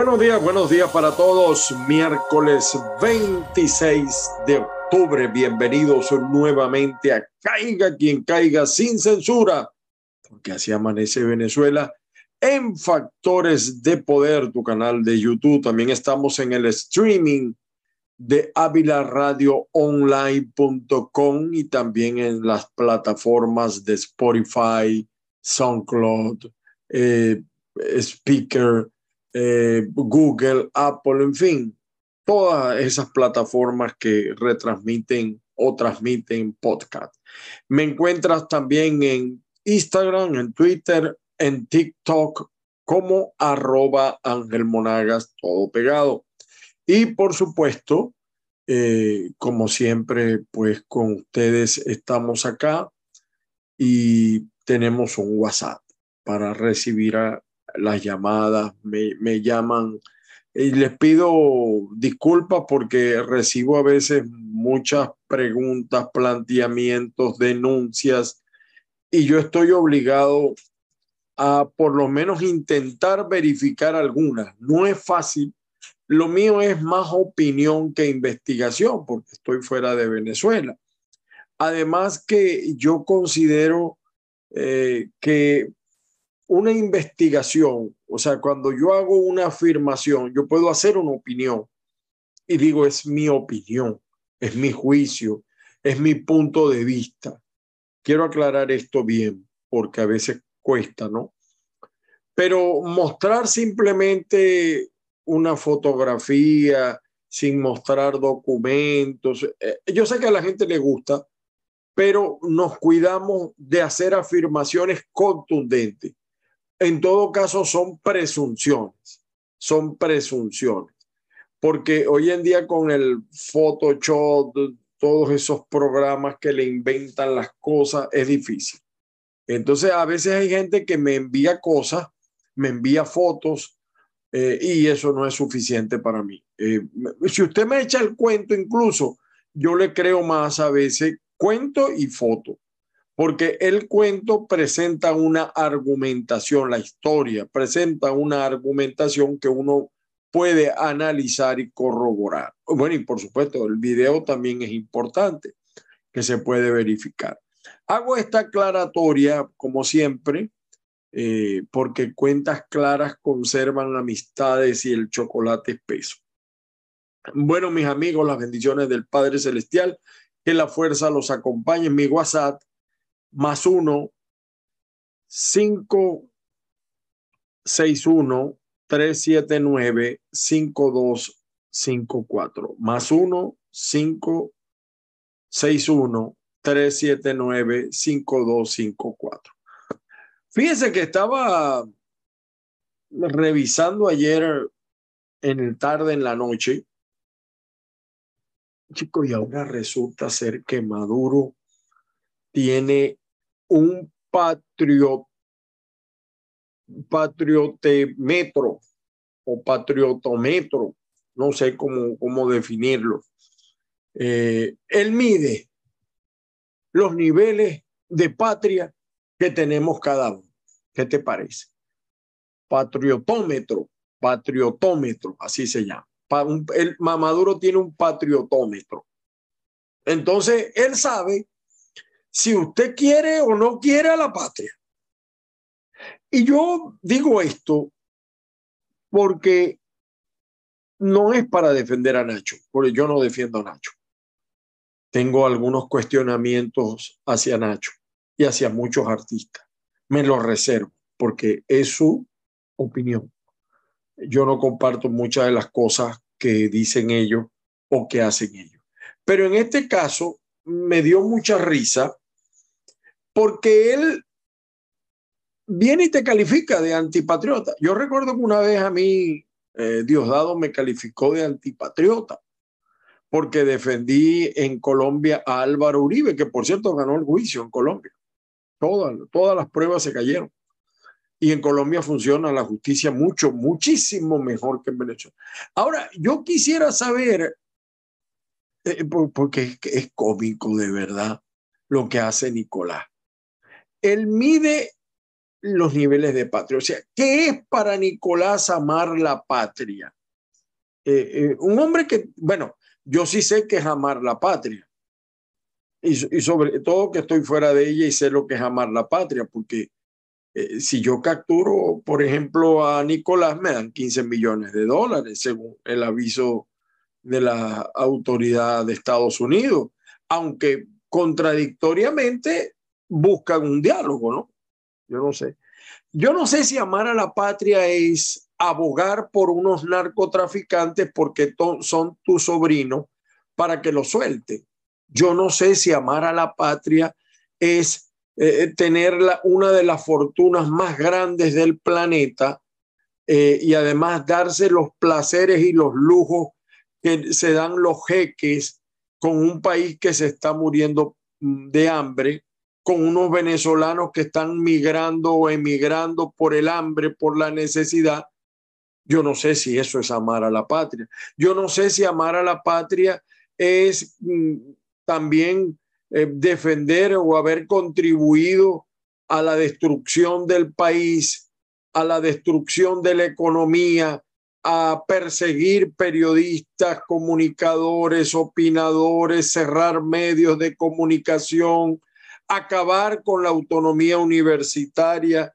Buenos días para todos. Miércoles 26 de octubre. Bienvenidos nuevamente a Caiga quien caiga sin censura, porque así amanece Venezuela en Factores de Poder, tu canal de YouTube. También estamos en el streaming de avilaradioonline.com y también en las plataformas de Spotify, SoundCloud, Speaker, Google, Apple, en fin, todas esas plataformas que retransmiten o transmiten podcast. Me encuentras también en Instagram, en Twitter, en TikTok como @AngelMonagas, todo pegado. Y por supuesto, como siempre, pues con ustedes estamos acá y tenemos un WhatsApp para recibir las llamadas. Me llaman y les pido disculpas porque recibo a veces muchas preguntas, planteamientos, denuncias, y yo estoy obligado a por lo menos intentar verificar algunas. No es fácil. Lo mío es más opinión que investigación porque estoy fuera de Venezuela. Además que yo considero que una investigación, o sea, cuando yo hago una afirmación, yo puedo hacer una opinión y digo, es mi opinión, es mi juicio, es mi punto de vista. Quiero aclarar esto bien porque a veces cuesta, ¿no? Pero mostrar simplemente una fotografía sin mostrar documentos, yo sé que a la gente le gusta, pero nos cuidamos de hacer afirmaciones contundentes. En todo caso, son presunciones, porque hoy en día con el Photoshop, todos esos programas que le inventan las cosas, es difícil. Entonces, a veces hay gente que me envía cosas, me envía fotos, y eso no es suficiente para mí. Si usted me echa el cuento, incluso yo le creo más a veces cuento y foto, porque el cuento presenta una argumentación, la historia presenta una argumentación que uno puede analizar y corroborar. Bueno, y por supuesto, el video también es importante, que se puede verificar. Hago esta aclaratoria, como siempre, porque cuentas claras conservan amistades y el chocolate espeso. Bueno, mis amigos, las bendiciones del Padre Celestial, que la fuerza los acompañe. En mi WhatsApp, +1 561 379 5254, +1 561 379 5254. Fíjense que estaba revisando ayer en el tarde, en la noche, chico, y ahora resulta ser que Maduro tiene un patriotemetro o patriotómetro, no sé cómo definirlo. Él mide los niveles de patria que tenemos cada uno. ¿Qué te parece? Patriotómetro, así se llama. Maduro tiene un patriotómetro. Entonces, él sabe si usted quiere o no quiere a la patria. Y yo digo esto porque no es para defender a Nacho, porque yo no defiendo a Nacho. Tengo algunos cuestionamientos hacia Nacho y hacia muchos artistas. Me los reservo porque es su opinión. Yo no comparto muchas de las cosas que dicen ellos o que hacen ellos. Pero en este caso me dio mucha risa porque él viene y te califica de antipatriota. Yo recuerdo que una vez a mí Diosdado me calificó de antipatriota porque defendí en Colombia a Álvaro Uribe, que por cierto ganó el juicio en Colombia. Todas las pruebas se cayeron. Y en Colombia funciona la justicia muchísimo mejor que en Venezuela. Ahora, yo quisiera saber, porque es cómico de verdad lo que hace Nicolás. Él mide los niveles de patria. O sea, ¿qué es para Nicolás amar la patria? Un hombre que, bueno, yo sí sé que es amar la patria. Y sobre todo que estoy fuera de ella y sé lo que es amar la patria, porque si yo capturo, por ejemplo, a Nicolás, me dan 15 millones de dólares, según el aviso de la autoridad de Estados Unidos, aunque contradictoriamente buscan un diálogo, ¿no? Yo no sé. Yo no sé si amar a la patria es abogar por unos narcotraficantes porque son tu sobrino para que lo suelte. Yo no sé si amar a la patria es tener una de las fortunas más grandes del planeta y además darse los placeres y los lujos que se dan los jeques con un país que se está muriendo de hambre, con unos venezolanos que están migrando o emigrando por el hambre, por la necesidad. Yo no sé si eso es amar a la patria. Yo no sé si amar a la patria es también defender o haber contribuido a la destrucción del país, a la destrucción de la economía, a perseguir periodistas, comunicadores, opinadores, cerrar medios de comunicación, acabar con la autonomía universitaria,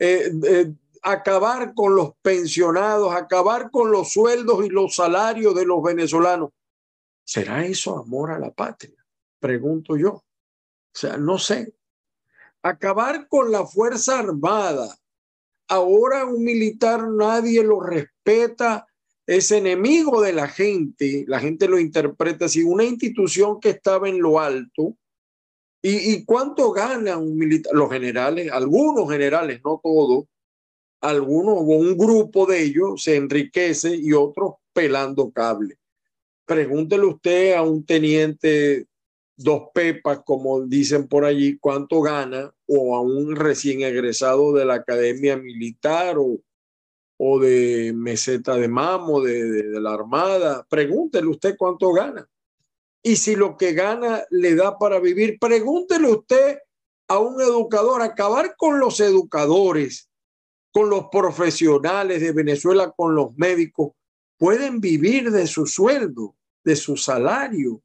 acabar con los pensionados, acabar con los sueldos y los salarios de los venezolanos. ¿Será eso amor a la patria? Pregunto yo. O sea, no sé. Acabar con la Fuerza Armada. Ahora un militar nadie lo respeta, es enemigo de la gente lo interpreta así, una institución que estaba en lo alto. ¿Y cuánto gana un militar? Los generales, algunos generales, no todos, algunos o un grupo de ellos se enriquece y otros pelando cable. Pregúntele usted a un teniente dos pepas, como dicen por allí, cuánto gana, o a un recién egresado de la academia militar o de meseta de mamo, de la armada. Pregúntele usted cuánto gana. Y si lo que gana le da para vivir, pregúntele usted a un educador, acabar con los educadores, con los profesionales de Venezuela, con los médicos, pueden vivir de su sueldo, de su salario.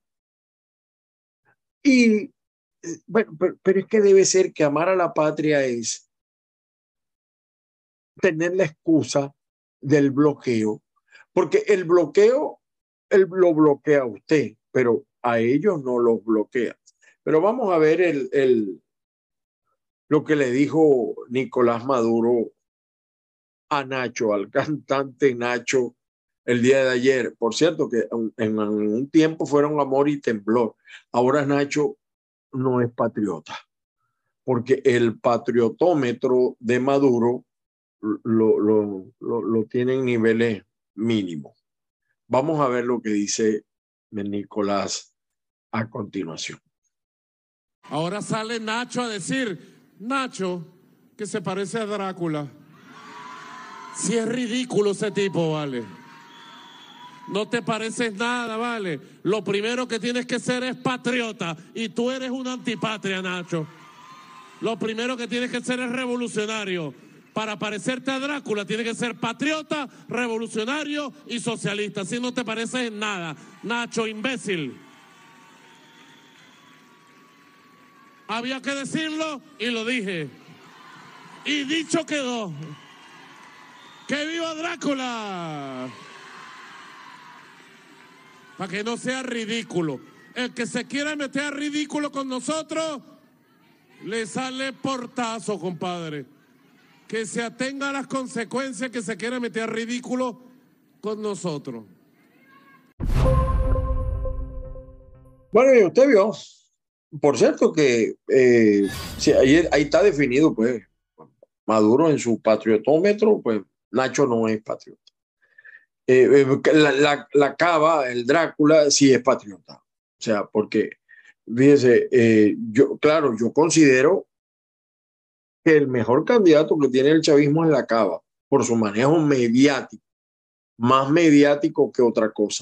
Y bueno, pero es que debe ser que amar a la patria es tener la excusa del bloqueo, porque el bloqueo, él lo bloquea a usted, pero a ellos no los bloquea. Pero vamos a ver lo que le dijo Nicolás Maduro a Nacho, al cantante Nacho, el día de ayer. Por cierto, que en un tiempo fueron amor y temblor. Ahora Nacho no es patriota, porque el patriotómetro de Maduro lo tiene en niveles mínimos. Vamos a ver lo que dice Nicolás a continuación. Ahora sale Nacho a decir, Nacho, que se parece a Drácula. Si es ridículo ese tipo, vale. No te pareces nada, vale. Lo primero que tienes que ser es patriota. Y tú eres una antipatria, Nacho. Lo primero que tienes que ser es revolucionario. Para parecerte a Drácula tienes que ser patriota, revolucionario y socialista. Si no te pareces en nada, Nacho, imbécil. Había que decirlo y lo dije. Y dicho quedó. ¡Que viva Drácula! Para que no sea ridículo. El que se quiera meter a ridículo con nosotros, le sale portazo, compadre. Que se atenga a las consecuencias que se quiera meter a ridículo con nosotros. Bueno, y usted vio, por cierto, que sí, ahí está definido, pues, Maduro en su patriotómetro, pues Nacho no es patriota. La Cava, el Drácula, sí es patriota. O sea, porque, fíjese, claro, yo considero que el mejor candidato que tiene el chavismo es la Cava, por su manejo mediático, más mediático que otra cosa.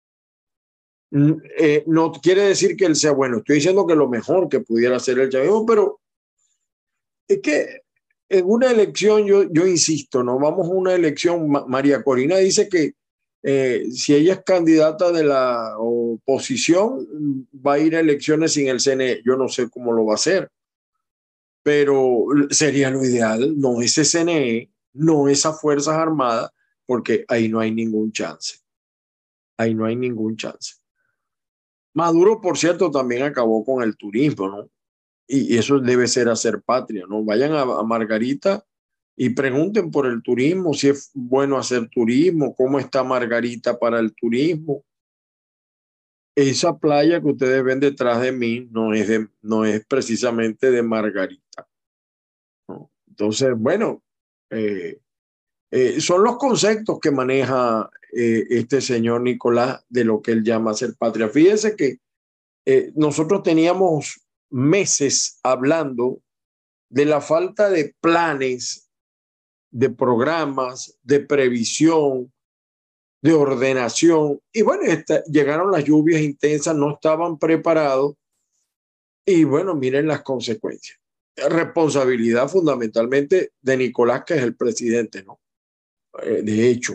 No quiere decir que él sea bueno, estoy diciendo que lo mejor que pudiera hacer el chavismo, pero es que en una elección, yo insisto, no vamos a una elección. María Corina dice que si ella es candidata de la oposición, va a ir a elecciones sin el CNE. Yo no sé cómo lo va a hacer, pero sería lo ideal, no ese CNE, no esas Fuerzas Armadas, porque ahí no hay ningún chance. Ahí no hay ningún chance. Maduro, por cierto, también acabó con el turismo, ¿no? Y eso debe ser hacer patria, ¿no? Vayan a Margarita y pregunten por el turismo, si es bueno hacer turismo, cómo está Margarita para el turismo. Esa playa que ustedes ven detrás de mí no es precisamente de Margarita, ¿no? Entonces, bueno, eh, son los conceptos que maneja este señor Nicolás de lo que él llama ser patria. Fíjese que nosotros teníamos meses hablando de la falta de planes, de programas, de previsión, de ordenación. Y bueno, llegaron las lluvias intensas, no estaban preparados y bueno, miren las consecuencias. Responsabilidad fundamentalmente de Nicolás, que es el presidente, ¿no? De hecho.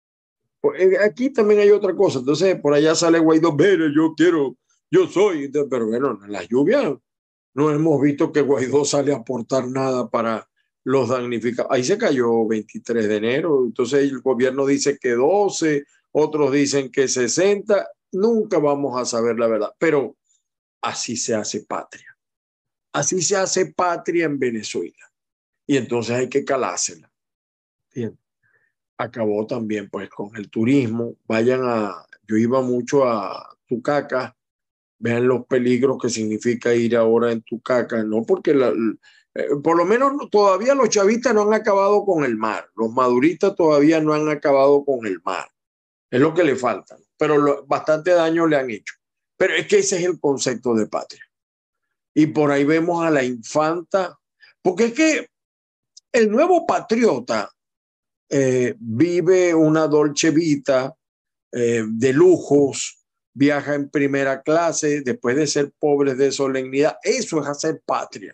Aquí también hay otra cosa. Entonces, por allá sale Guaidó, pero yo quiero, yo soy. Pero bueno, en las lluvias no hemos visto que Guaidó sale a aportar nada para los damnificados. Ahí se cayó 23 de enero, entonces el gobierno dice que 12, otros dicen que 60, nunca vamos a saber la verdad, pero así se hace patria. Así se hace patria en Venezuela. Y entonces hay que calársela. ¿Entiendes? Acabó también pues con el turismo. Yo iba mucho a Tucacas. Vean los peligros que significa ir ahora en Tucacas, ¿no? Porque por lo menos todavía los chavistas no han acabado con el mar, los maduristas todavía no han acabado con el mar, es lo que le falta, pero bastante daño le han hecho. Pero es que ese es el concepto de patria. Y por ahí vemos a la infanta, porque es que el nuevo patriota vive una dolce vita de lujos, viaja en primera clase, después de ser pobres de solemnidad. Eso es hacer patria.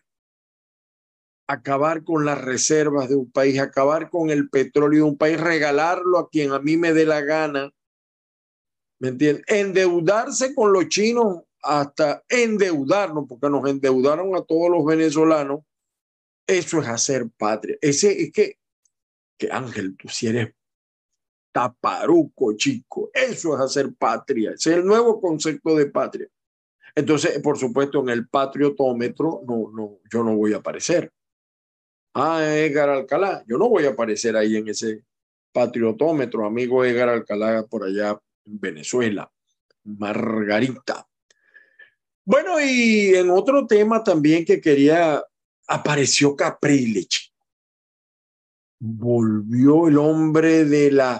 Acabar con las reservas de un país, acabar con el petróleo de un país, regalarlo a quien a mí me dé la gana. ¿Me entiendes? Endeudarse con los chinos hasta endeudarnos, porque nos endeudaron a todos los venezolanos. Eso es hacer patria. Es que Ángel, tú si eres taparuco, chico. Eso es hacer patria. Ese es el nuevo concepto de patria. Entonces, por supuesto, en el patriotómetro yo no voy a aparecer. Edgar Alcalá, yo no voy a aparecer ahí en ese patriotómetro, amigo Edgar Alcalá por allá en Venezuela. Margarita. Bueno, y en otro tema también que quería, apareció Capriles. Volvió el hombre de la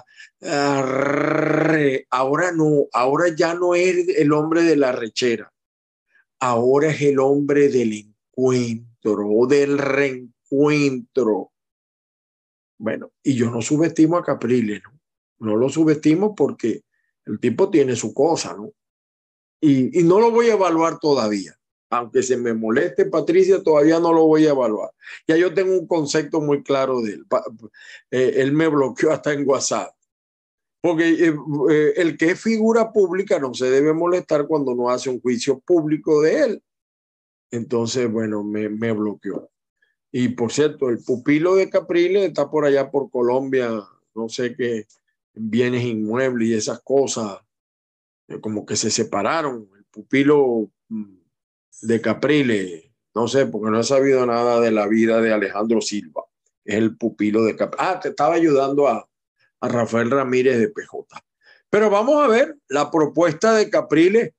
ahora no, ahora ya no es el hombre de la rechera, ahora es el hombre del encuentro o del reencuentro. Bueno, y yo no subestimo a Capriles, ¿no? No lo subestimo porque el tipo tiene su cosa, ¿no? Y no lo voy a evaluar todavía. Aunque se me moleste, Patricia, todavía no lo voy a evaluar. Ya yo tengo un concepto muy claro de él. Él me bloqueó hasta en WhatsApp. Porque el que es figura pública no se debe molestar cuando no hace un juicio público de él. Entonces, bueno, me bloqueó. Y por cierto, el pupilo de Capriles está por allá por Colombia, no sé qué, bienes inmuebles y esas cosas, como que se separaron. El pupilo de Capriles, no sé, porque no he sabido nada de la vida de Alejandro Silva, es el pupilo de Capriles. Te estaba ayudando a Rafael Ramírez de PJ. Pero vamos a ver la propuesta de Capriles,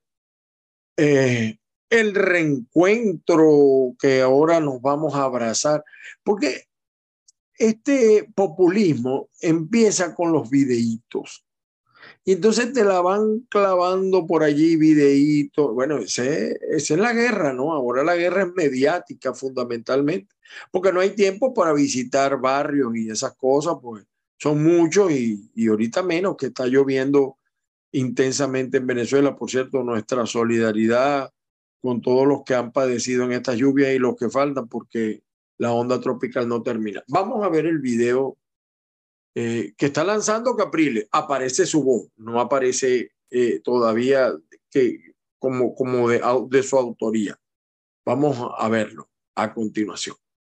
el reencuentro que ahora nos vamos a abrazar, porque este populismo empieza con los videitos. Y entonces te la van clavando por allí, videíto. Bueno, esa es la guerra, ¿no? Ahora la guerra es mediática fundamentalmente, porque no hay tiempo para visitar barrios y esas cosas, pues son muchos y ahorita menos que está lloviendo intensamente en Venezuela. Por cierto, nuestra solidaridad con todos los que han padecido en estas lluvias y los que faltan, porque la onda tropical no termina. Vamos a ver el video que está lanzando Capriles. Aparece su voz, no aparece todavía como de su autoría. Vamos a verlo a continuación.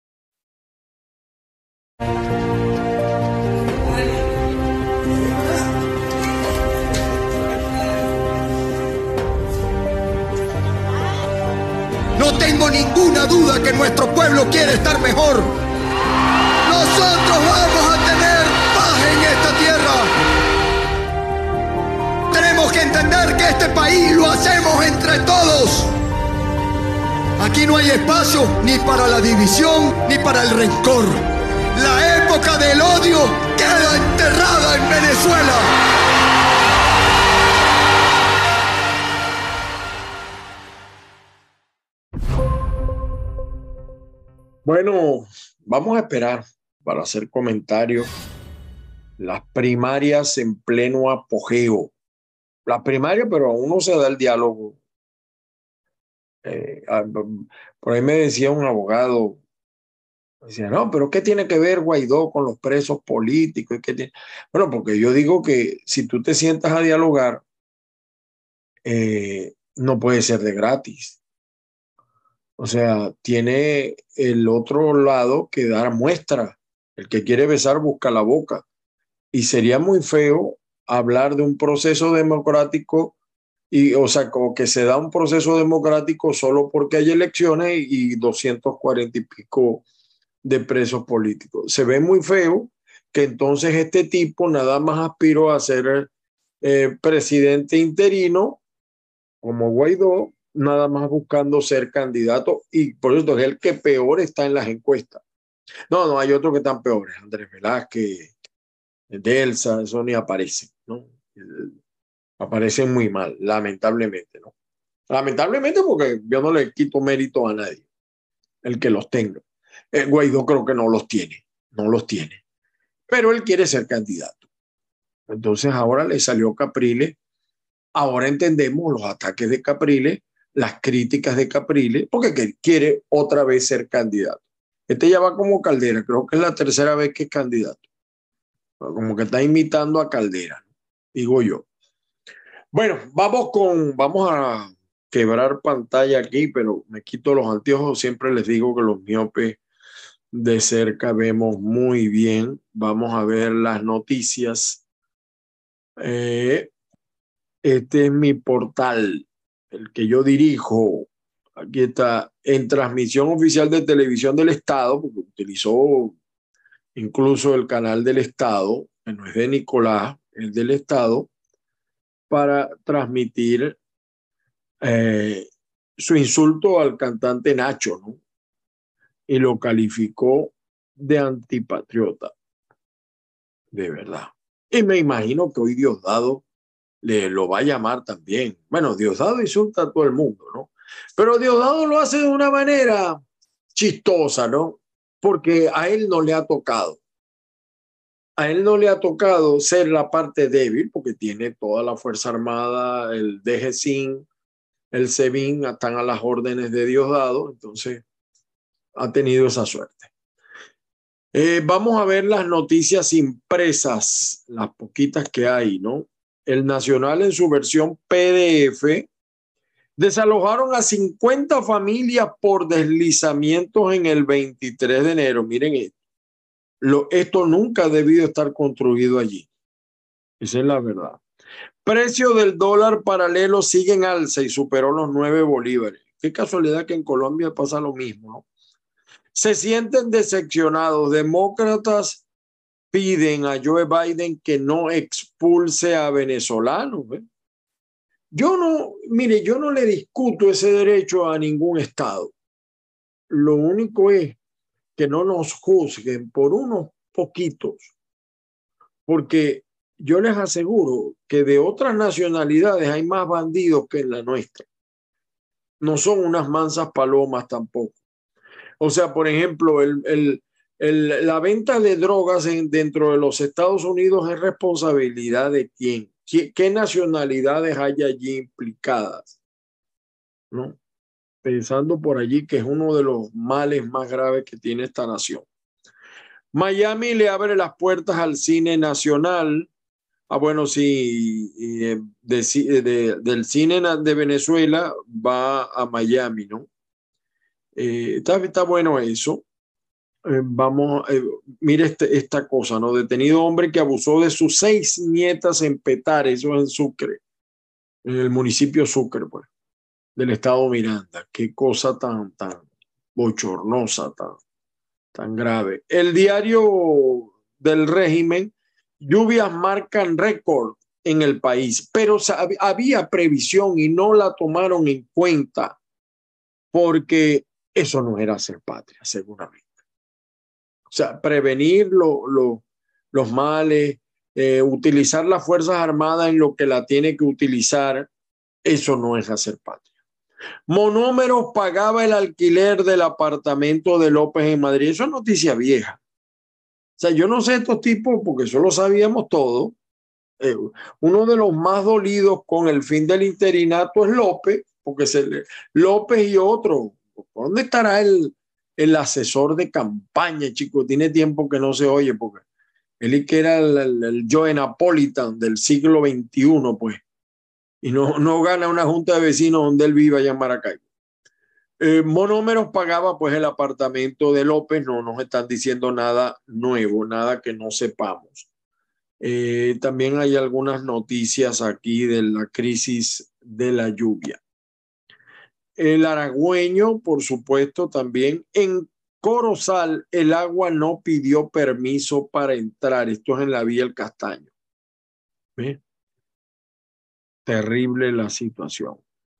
No tengo ninguna duda que nuestro pueblo quiere estar mejor. Nosotros vamos a tener paz en esta tierra. Tenemos que entender que este país lo hacemos entre todos. Aquí no hay espacio ni para la división ni para el rencor. La época del odio queda enterrada en Venezuela. Bueno, vamos a esperar para hacer comentarios. Las primarias en pleno apogeo. Las primarias, pero aún no se da el diálogo. Por ahí me decía un abogado, decía, no, pero ¿qué tiene que ver Guaidó con los presos políticos? Bueno, porque yo digo que si tú te sientas a dialogar, no puede ser de gratis. O sea, tiene el otro lado que dar muestra. El que quiere besar busca la boca. Y sería muy feo hablar de un proceso democrático o sea, como que se da un proceso democrático solo porque hay elecciones y 240 y pico de presos políticos. Se ve muy feo que entonces este tipo nada más aspiró a ser presidente interino como Guaidó, nada más buscando ser candidato, y por eso es el que peor está en las encuestas. No, hay otros que están peores, Andrés Velázquez, Delsa, eso ni aparece, ¿no? Aparecen muy mal, lamentablemente, ¿no? Lamentablemente porque yo no le quito mérito a nadie, el que los tenga. Guaidó creo que no los tiene, pero él quiere ser candidato. Entonces ahora le salió Capriles, ahora entendemos los ataques de Capriles, las críticas de Capriles, porque quiere otra vez ser candidato. Este ya va como Caldera, creo que es la tercera vez que es candidato. Como que está imitando a Caldera, digo yo. Bueno, vamos a quebrar pantalla aquí, pero me quito los anteojos. Siempre les digo que los miopes de cerca vemos muy bien. Vamos a ver las noticias. Este es mi portal, el que yo dirijo. Aquí está, en transmisión oficial de televisión del Estado, porque utilizó incluso el canal del Estado, que no es de Nicolás, es del Estado, para transmitir su insulto al cantante Nacho, ¿no? Y lo calificó de antipatriota, de verdad. Y me imagino que hoy Diosdado lo va a llamar también. Bueno, Diosdado insulta a todo el mundo, ¿no? Pero Diosdado lo hace de una manera chistosa, ¿no? Porque a él no le ha tocado. A él no le ha tocado ser la parte débil, porque tiene toda la Fuerza Armada, el DGCIN, el SEBIN, están a las órdenes de Diosdado, entonces ha tenido esa suerte. Vamos a ver las noticias impresas, las poquitas que hay, ¿no? El Nacional en su versión PDF desalojaron a 50 familias por deslizamientos en el 23 de enero. Miren esto. Esto nunca ha debido estar construido allí. Esa es la verdad. Precio del dólar paralelo sigue en alza y superó los 9 bolívares. Qué casualidad que en Colombia pasa lo mismo, ¿no? Se sienten decepcionados. Demócratas piden a Joe Biden que no expulse a venezolanos. ¿Eh? Yo no le discuto ese derecho a ningún estado. Lo único es que no nos juzguen por unos poquitos, porque yo les aseguro que de otras nacionalidades hay más bandidos que en la nuestra. No son unas mansas palomas tampoco. O sea, por ejemplo, la venta de drogas dentro de los Estados Unidos es responsabilidad de quién. ¿Qué nacionalidades hay allí implicadas? ¿No? empezando por allí, que es uno de los males más graves que tiene esta nación. Miami le abre las puertas al cine nacional. Bueno, sí, del cine de Venezuela va a Miami, ¿no? Está bueno eso. Mire esta cosa, ¿no? Detenido hombre que abusó de sus 6 nietas en Petare, eso es en Sucre, en el municipio Sucre, pues, del estado Miranda. Qué cosa tan bochornosa, tan grave. El diario del régimen, lluvias marcan récord en el país, pero había previsión y no la tomaron en cuenta porque eso no era hacer patria, seguramente. O sea, prevenir los males, utilizar las Fuerzas Armadas en lo que la tiene que utilizar, eso no es hacer patria. Monómeros pagaba el alquiler del apartamento de López en Madrid. Eso es noticia vieja. O sea, yo no sé estos tipos, porque eso lo sabíamos todo. Uno de los más dolidos con el fin del interinato es López, porque López y otro. ¿Dónde estará el asesor de campaña, chico? Tiene tiempo que no se oye, porque él que era el Joe Napolitan del siglo XXI, pues, y no gana una junta de vecinos donde él vive allá en Maracaibo. Monómeros pagaba pues el apartamento de López, no nos están diciendo nada nuevo, nada que no sepamos. También hay algunas noticias aquí de la crisis de la lluvia. El Aragüeño, por supuesto, también. En Corozal, el agua no pidió permiso para entrar. Esto es en la vía El Castaño. ¿Ve? Terrible la situación.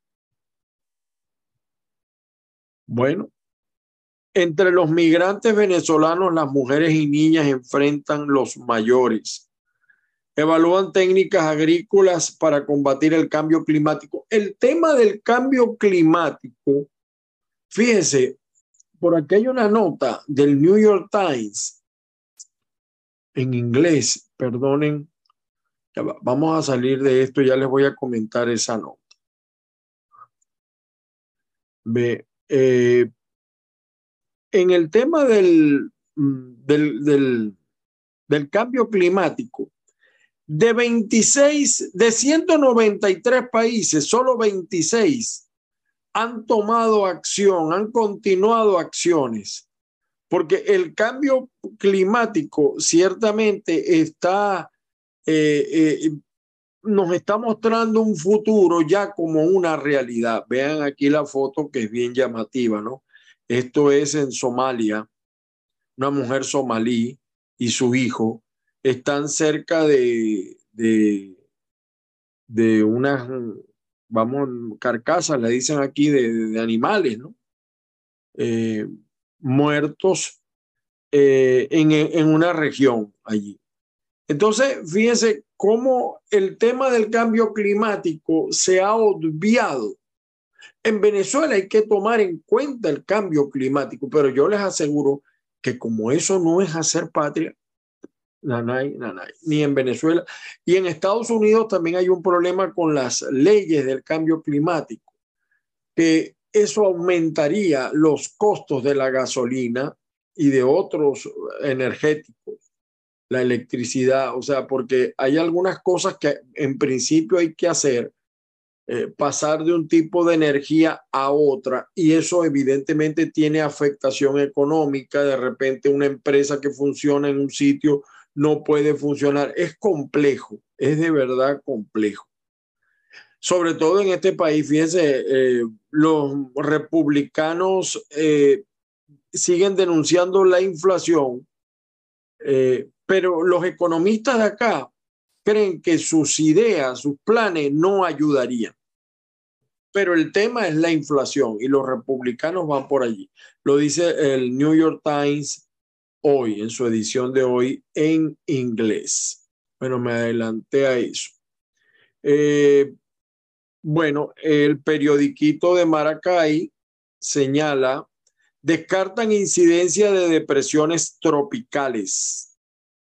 Bueno, entre los migrantes venezolanos, las mujeres y niñas enfrentan los mayores. Evalúan técnicas agrícolas para combatir el cambio climático. El tema del cambio climático, fíjese, por aquí hay una nota del New York Times en inglés, perdonen, vamos a salir de esto, ya les voy a comentar esa nota. Ve, en el tema del cambio climático, de 193 países, solo 26 han tomado acción, han continuado acciones, porque el cambio climático ciertamente nos está mostrando un futuro ya como una realidad. Vean aquí la foto que es bien llamativa, ¿no? Esto es en Somalia, una mujer somalí y su hijo están cerca de unas, carcasas, le dicen aquí, de animales, ¿no? Muertos en una región allí. Entonces, fíjense cómo el tema del cambio climático se ha obviado. En Venezuela hay que tomar en cuenta el cambio climático, pero yo les aseguro que como eso no es hacer patria, nanay, ni en Venezuela. Y en Estados Unidos también hay un problema con las leyes del cambio climático, que eso aumentaría los costos de la gasolina y de otros energéticos, la electricidad, o sea, porque hay algunas cosas que en principio hay que hacer, pasar de un tipo de energía a otra, y eso evidentemente tiene afectación económica. De repente una empresa que funciona en un sitio no puede funcionar. Es complejo, es de verdad complejo. Sobre todo en este país, fíjense, los republicanos siguen denunciando la inflación, pero los economistas de acá creen que sus ideas, sus planes no ayudarían. Pero el tema es la inflación y los republicanos van por allí. Lo dice el New York Times hoy, en su edición de hoy en inglés. Bueno, me adelanté a eso. Bueno, el periodiquito de Maracay señala: descartan incidencia de depresiones tropicales.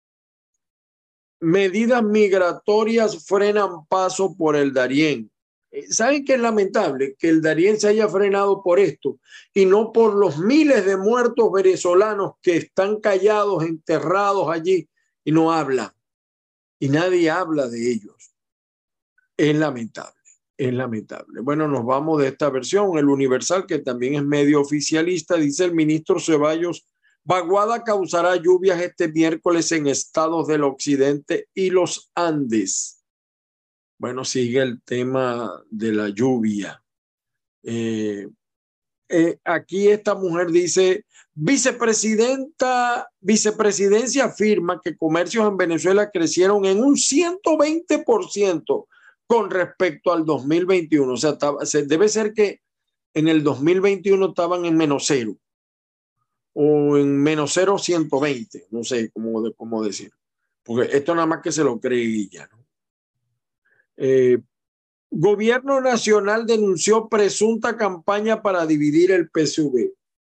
Medidas migratorias frenan paso por el Darién. ¿Saben qué es lamentable? Que el Darién se haya frenado por esto y no por los miles de muertos venezolanos que están callados, enterrados allí y no hablan. Y nadie habla de ellos. Es lamentable, es lamentable. Bueno, nos vamos de esta versión. El Universal, que también es medio oficialista, dice el ministro Ceballos: vaguada causará lluvias este miércoles en estados del occidente y los Andes. Bueno, sigue el tema de la lluvia. Aquí esta mujer dice: vicepresidencia afirma que comercios en Venezuela crecieron en un 120% con respecto al 2021. O sea, debe ser que en el 2021 estaban en -0 o en -0 120, no sé cómo decir, porque esto nada más que se lo cree ella, ¿no? Gobierno Nacional denunció presunta campaña para dividir el PSV.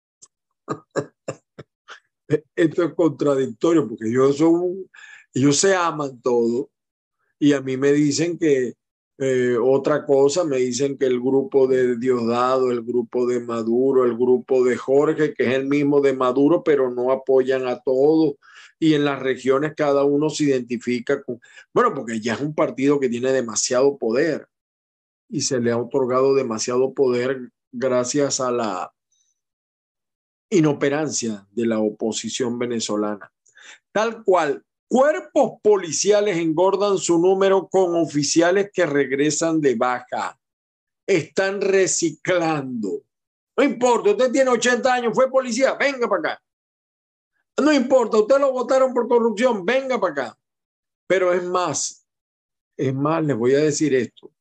Esto es contradictorio porque ellos se aman todo y a mí me dicen que otra cosa, me dicen que el grupo de Diosdado, el grupo de Maduro, el grupo de Jorge, que es el mismo de Maduro, pero no apoyan a todos y en las regiones cada uno se identifica con... Bueno, porque ya es un partido que tiene demasiado poder y se le ha otorgado demasiado poder gracias a la inoperancia de la oposición venezolana. Tal cual, cuerpos policiales engordan su número con oficiales que regresan de baja. Están reciclando. No importa, usted tiene 80 años, fue policía, venga para acá. No importa, usted lo votaron por corrupción, venga para acá. Pero es más, les voy a decir esto.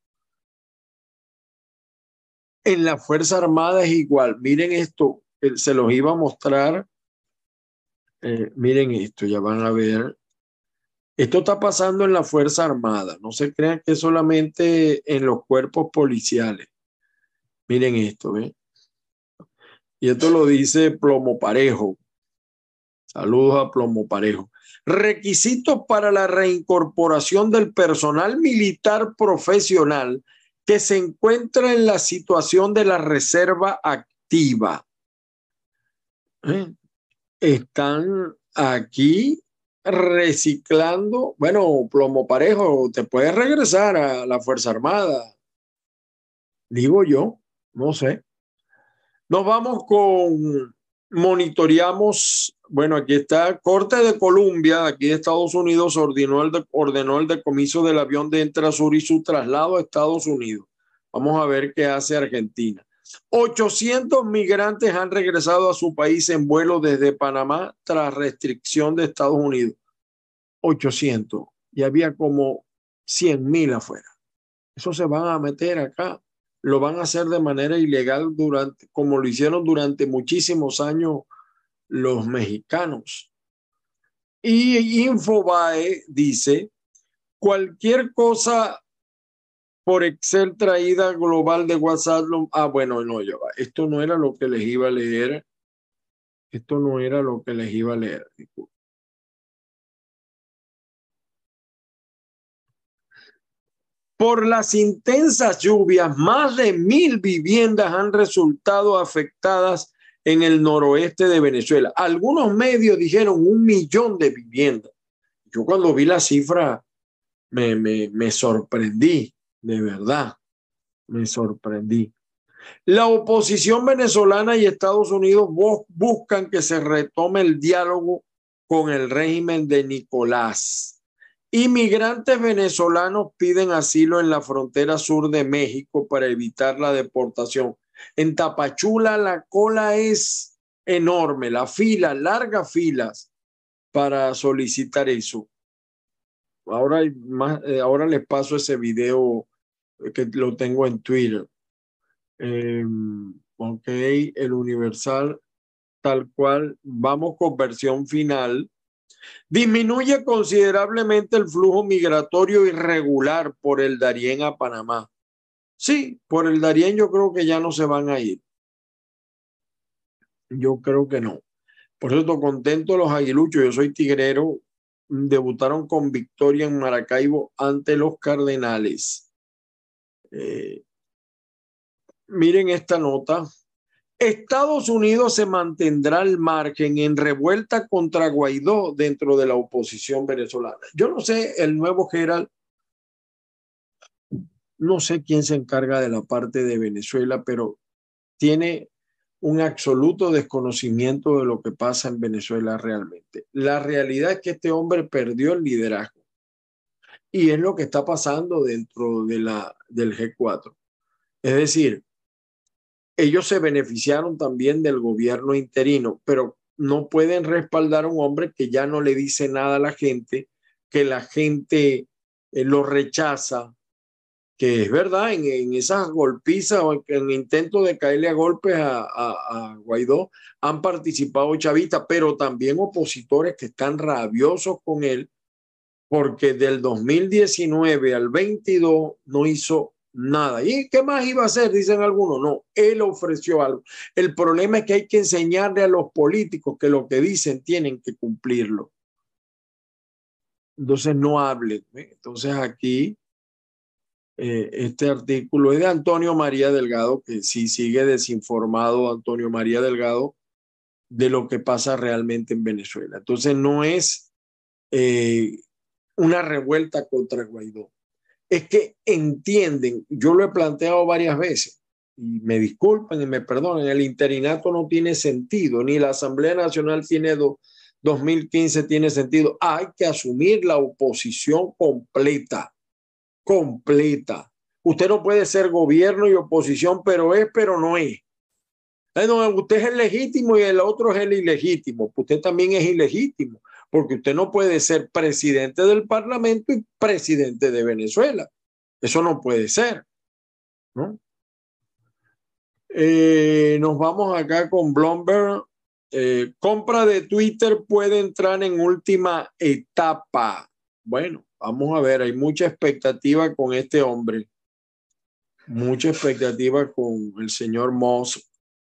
En la Fuerza Armada es igual. Miren esto, se los iba a mostrar. Miren esto, ya van a ver. Esto está pasando en la Fuerza Armada. No se crean que es solamente en los cuerpos policiales. Miren esto, ¿ven? Y esto lo dice Plomo Parejo. Saludos a Plomo Parejo. Requisitos para la reincorporación del personal militar profesional que se encuentra en la situación de la reserva activa. Están aquí reciclando. Bueno, Plomo Parejo, te puedes regresar a la Fuerza Armada. Digo yo, no sé. Nos vamos con, monitoreamos, bueno, aquí está, Corte de Columbia, aquí de Estados Unidos, ordenó el decomiso del avión de Entrasur y su traslado a Estados Unidos. Vamos a ver qué hace Argentina. 800 migrantes han regresado a su país en vuelo desde Panamá tras restricción de Estados Unidos. 800. Y había como 100.000 afuera. Eso se van a meter acá. Lo van a hacer de manera ilegal como lo hicieron durante muchísimos años los mexicanos. Y Infobae dice: cualquier cosa por Excel traída global de WhatsApp. Bueno, no, ya va. Esto no era lo que les iba a leer. Esto no era lo que les iba a leer. Disculpen. Por las intensas lluvias, más de 1.000 viviendas han resultado afectadas en el noroeste de Venezuela. Algunos medios dijeron 1 millón de viviendas. Yo cuando vi la cifra me sorprendí, de verdad, me sorprendí. La oposición venezolana y Estados Unidos buscan que se retome el diálogo con el régimen de Nicolás. Inmigrantes venezolanos piden asilo en la frontera sur de México para evitar la deportación. En Tapachula la cola es enorme, la fila, largas filas para solicitar eso. Ahora les paso ese video que lo tengo en Twitter. Ok, el Universal, tal cual. Vamos con versión final. Disminuye considerablemente el flujo migratorio irregular por el Darién a Panamá. Sí, por el Darién yo creo que ya no se van a ir. Yo creo que no. Por eso estoy contento los aguiluchos. Yo soy tigrero. Debutaron con victoria en Maracaibo ante los Cardenales. miren esta nota. Estados Unidos se mantendrá al margen en revuelta contra Guaidó dentro de la oposición venezolana. Yo no sé, el nuevo Gerald, no sé quién se encarga de la parte de Venezuela, pero tiene un absoluto desconocimiento de lo que pasa en Venezuela realmente. La realidad es que este hombre perdió el liderazgo y es lo que está pasando dentro de del G4. Es decir, ellos se beneficiaron también del gobierno interino, pero no pueden respaldar a un hombre que ya no le dice nada a la gente, que la gente lo rechaza, que es verdad, en esas golpizas o en intentos de caerle a golpes a Guaidó han participado chavistas, pero también opositores que están rabiosos con él, porque del 2019 al 22 no hizo nada. ¿Y qué más iba a hacer? Dicen algunos. No, él ofreció algo. El problema es que hay que enseñarle a los políticos que lo que dicen tienen que cumplirlo. Entonces no hablen. Entonces aquí este artículo es de Antonio María Delgado, que sí sigue desinformado Antonio María Delgado de lo que pasa realmente en Venezuela. Entonces no es una revuelta contra Guaidó. Es que entienden, yo lo he planteado varias veces, y me disculpen y me perdonen, el interinato no tiene sentido, ni la Asamblea Nacional tiene 2015 tiene sentido. Hay que asumir la oposición completa. Usted no puede ser gobierno y oposición, pero no es. No, usted es el legítimo y el otro es el ilegítimo. Usted también es ilegítimo, porque usted no puede ser presidente del Parlamento y presidente de Venezuela. Eso no puede ser, ¿no? Nos vamos acá con Bloomberg. Compra de Twitter puede entrar en última etapa. Bueno, vamos a ver, hay mucha expectativa con este hombre. Mucha expectativa con el señor Musk.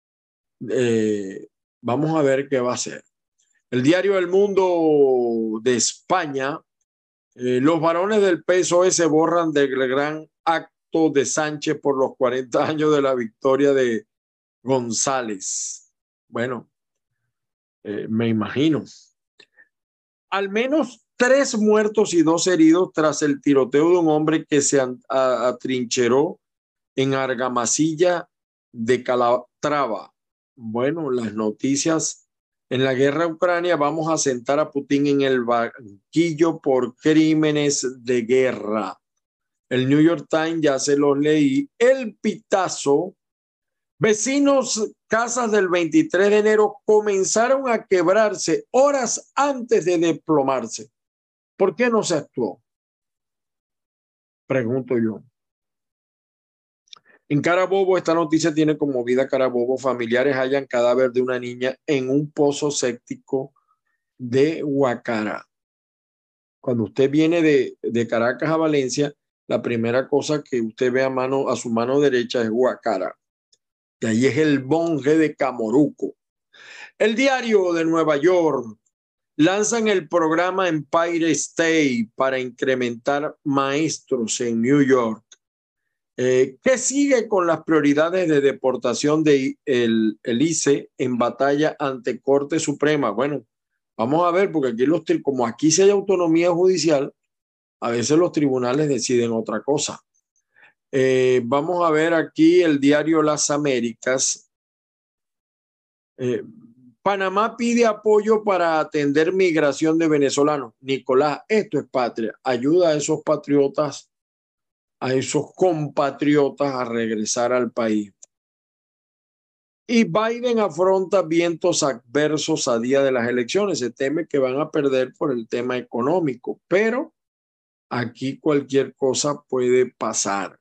Vamos a ver qué va a hacer. El diario El Mundo de España, los varones del PSOE se borran del gran acto de Sánchez por los 40 años de la victoria de González. Bueno, me imagino. Al menos 3 muertos y 2 heridos tras el tiroteo de un hombre que se atrincheró en Argamasilla de Calatrava. Bueno, las noticias. En la guerra a Ucrania vamos a sentar a Putin en el banquillo por crímenes de guerra. El New York Times, ya se los leí. El pitazo. Vecinos, casas del 23 de enero comenzaron a quebrarse horas antes de desplomarse. ¿Por qué no se actuó? Pregunto yo. En Carabobo, esta noticia tiene conmovida Carabobo. Familiares hallan cadáver de una niña en un pozo séptico de Guacara. Cuando usted viene de Caracas a Valencia, la primera cosa que usted ve a su mano derecha es Guacara. Y ahí es el monje de Camoruco. El diario de Nueva York lanzan el programa Empire State para incrementar maestros en New York. ¿Qué sigue con las prioridades de deportación de el ICE en batalla ante Corte Suprema? Bueno, vamos a ver, porque aquí como aquí sí hay autonomía judicial, a veces los tribunales deciden otra cosa. Vamos a ver aquí el diario Las Américas. Panamá pide apoyo para atender migración de venezolanos. Nicolás, esto es patria. Ayuda a esos patriotas, a esos compatriotas a regresar al país. Y Biden afronta vientos adversos a día de las elecciones. Se teme que van a perder por el tema económico, pero aquí cualquier cosa puede pasar.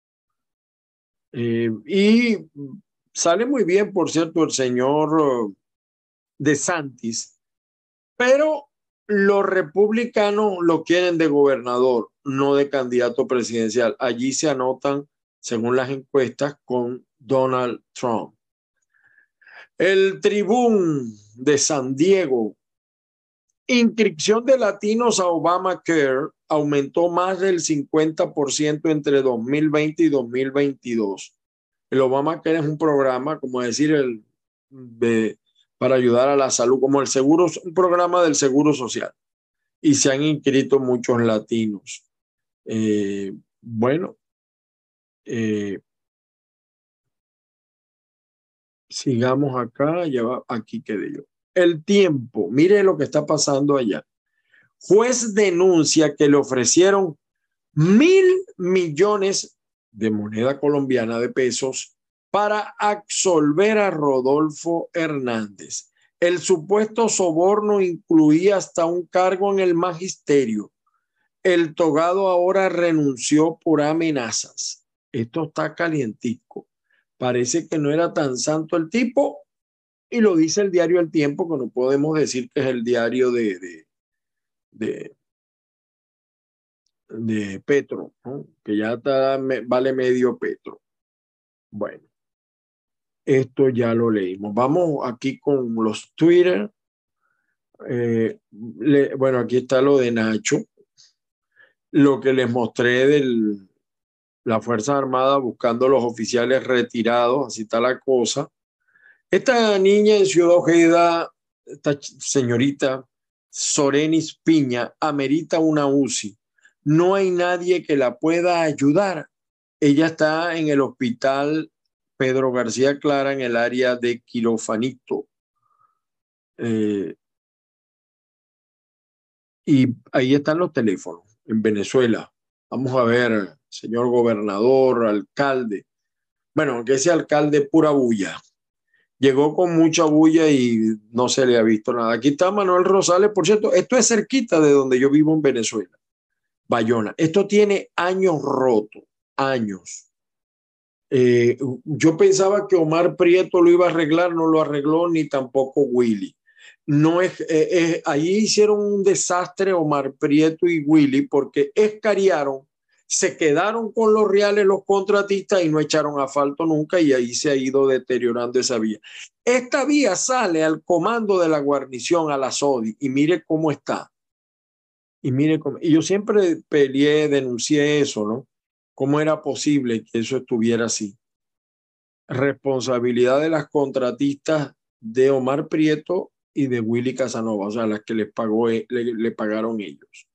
Y sale muy bien, por cierto, el señor DeSantis, pero los republicanos lo quieren de gobernador, no de candidato presidencial. Allí se anotan, según las encuestas, con Donald Trump. El Tribune de San Diego. Inscripción de latinos a Obamacare aumentó más del 50% entre 2020 y 2022. El Obamacare es un programa, como decir, para ayudar a la salud, como el seguro, un programa del Seguro Social. Y se han inscrito muchos latinos. Bueno, sigamos acá, ya va, aquí quedé yo. El tiempo, mire lo que está pasando allá. Juez denuncia que le ofrecieron 1.000 millones de moneda colombiana de pesos para absolver a Rodolfo Hernández. El supuesto soborno incluía hasta un cargo en el magisterio. El togado ahora renunció por amenazas. Esto está calientico. Parece que no era tan santo el tipo y lo dice el diario El Tiempo, que no podemos decir que es el diario de Petro, ¿no? Que ya vale medio Petro. Bueno, esto ya lo leímos. Vamos aquí con los Twitter. Bueno, aquí está lo de Nacho, lo que les mostré de la Fuerza Armada buscando los oficiales retirados, así está la cosa. Esta niña en Ciudad Ojeda, esta señorita Sorenis Piña, amerita una UCI. No hay nadie que la pueda ayudar. Ella está en el hospital Pedro García Clara en el área de Quirofanito. Y ahí están los teléfonos en Venezuela. Vamos a ver, señor gobernador, alcalde. Bueno, que ese alcalde pura bulla. Llegó con mucha bulla y no se le ha visto nada. Aquí está Manuel Rosales, por cierto, esto es cerquita de donde yo vivo en Venezuela, Bayona. Esto tiene años roto, años. Yo pensaba que Omar Prieto lo iba a arreglar, no lo arregló, ni tampoco Willy. No ahí hicieron un desastre Omar Prieto y Willy porque escariaron, se quedaron con los reales los contratistas y no echaron asfalto nunca y ahí se ha ido deteriorando esa vía. Esta vía sale al comando de la guarnición, a la SODI, y mire cómo está. Y yo siempre peleé, denuncié eso, ¿no? ¿Cómo era posible que eso estuviera así? Responsabilidad de las contratistas de Omar Prieto y de Willy Casanova, o sea, las que les le pagaron ellos.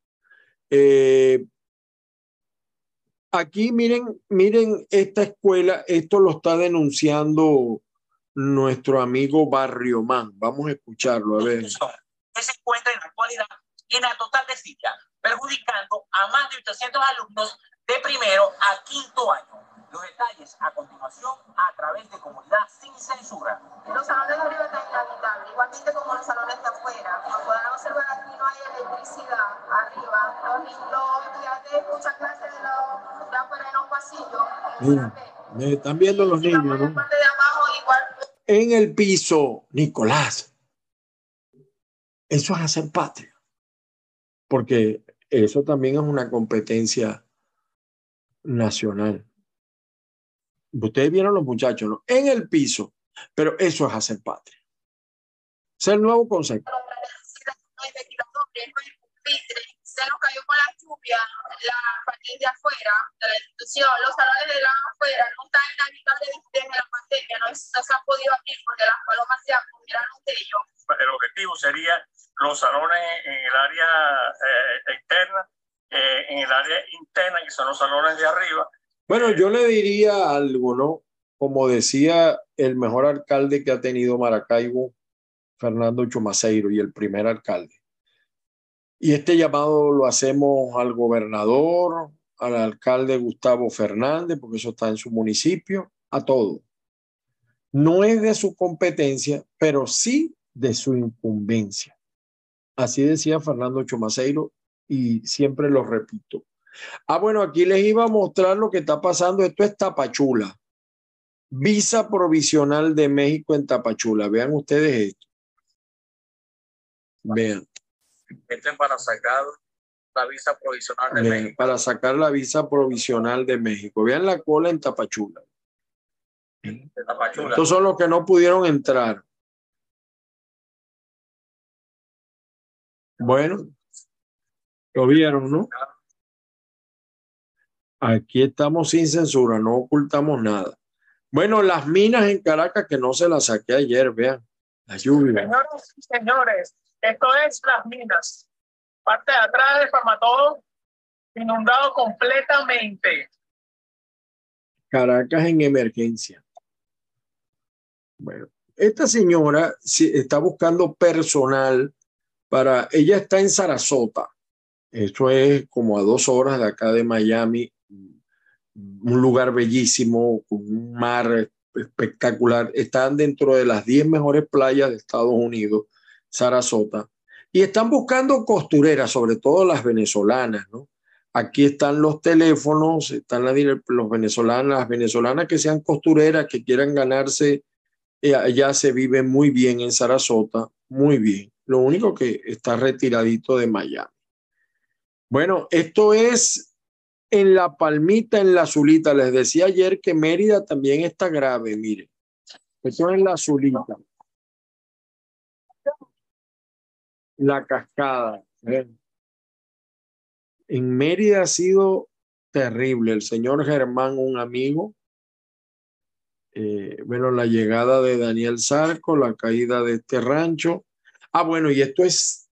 Aquí miren esta escuela, esto lo está denunciando nuestro amigo Barriomán. Vamos a escucharlo, a ver. Que se encuentra en la actualidad en la total desidia, perjudicando a más de 800 alumnos de primero a quinto año. Los detalles a continuación a través de Comunidad Sin Censura. Los salones de arriba están inhabitables, igualmente como los salones de afuera. Como podrán observar, aquí no hay electricidad arriba. Los estudiantes escuchan clases de afuera en los pasillos. Me están viendo los niños, ¿no? En la parte de abajo, igual. En el piso, Nicolás. Eso es hacer patria. Porque eso también es una competencia nacional. Ustedes vieron los muchachos, ¿no? En el piso, pero eso es hacer patria. Ese es el nuevo concepto. Se nos cayó con la lluvia la parte de afuera de la institución. Los salones de la afuera no están inhabitables desde la pandemia, no se han podido abrir porque las palomas se apoderaron de ellos. El objetivo sería los salones en el área externa, en el área interna, que son los salones de arriba. Bueno, yo le diría algo, ¿no? Como decía el mejor alcalde que ha tenido Maracaibo, Fernando Chomaceiro, y el primer alcalde. Y este llamado lo hacemos al gobernador, al alcalde Gustavo Fernández, porque eso está en su municipio, a todos. No es de su competencia, pero sí de su incumbencia. Así decía Fernando Chomaceiro y siempre lo repito. Bueno, aquí les iba a mostrar lo que está pasando. Esto es Tapachula. Visa provisional de México en Tapachula. Vean ustedes esto. Vean. Esto es para sacar la visa provisional de México. Para sacar la visa provisional de México. Vean la cola en Tapachula. De Tapachula. Estos son los que no pudieron entrar. Bueno, lo vieron, ¿no? Aquí estamos sin censura, no ocultamos nada. Bueno, las minas en Caracas, que no se las saqué ayer, vean, la lluvia. Señoras y señores, esto es Las Minas. Parte de atrás de Farmatodo, inundado completamente. Caracas en emergencia. Bueno, esta señora está buscando personal para, ella está en Sarasota. Esto es como a 2 horas de acá de Miami, un lugar bellísimo, con un mar espectacular. Están dentro de las 10 mejores playas de Estados Unidos, Sarasota, y están buscando costureras, sobre todo las venezolanas, ¿no? Aquí están los teléfonos, están los venezolanos, las venezolanas que sean costureras, que quieran ganarse, allá se vive muy bien en Sarasota, muy bien. Lo único que está retiradito de Miami. Bueno, esto es en La Palmita, en La Zulita. Les decía ayer que Mérida también está grave, mire. Esto es en La Zulita. La Cascada. En Mérida ha sido terrible. El señor Germán, un amigo, bueno, la llegada de Daniel Zarco, la caída de este rancho. Ah, bueno, y esto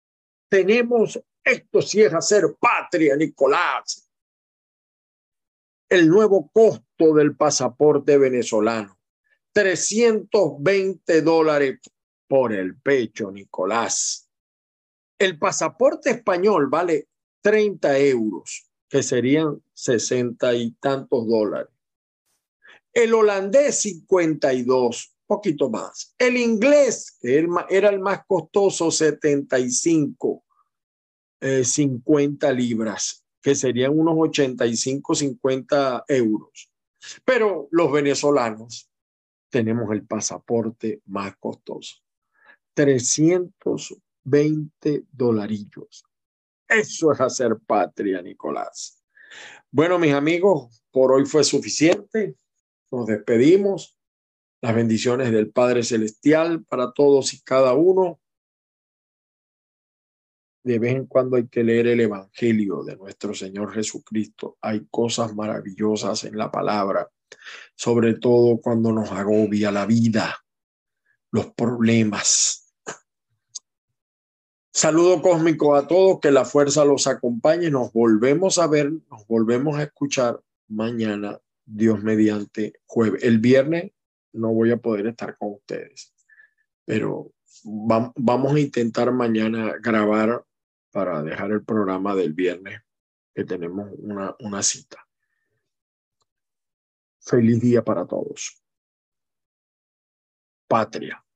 sí es hacer patria, Nicolás. El nuevo costo del pasaporte venezolano. $320 por el pecho, Nicolás. El pasaporte español vale 30 euros, que serían 60 y tantos dólares. El holandés, 52, poquito más. El inglés, que era el más costoso, 75, 50 libras, que serían unos 85, 50 euros. Pero los venezolanos tenemos el pasaporte más costoso. 320 dolarillos. Eso es hacer patria, Nicolás. Bueno, mis amigos, por hoy fue suficiente. Nos despedimos. Las bendiciones del Padre Celestial para todos y cada uno. De vez en cuando hay que leer el Evangelio de nuestro Señor Jesucristo. Hay cosas maravillosas en la palabra, sobre todo cuando nos agobia la vida, los problemas. Saludo cósmico a todos, que la fuerza los acompañe. Nos volvemos a ver, nos volvemos a escuchar mañana, Dios mediante, jueves. El viernes no voy a poder estar con ustedes, pero vamos a intentar mañana grabar para dejar el programa del viernes, que tenemos una cita. Feliz día para todos. Patria.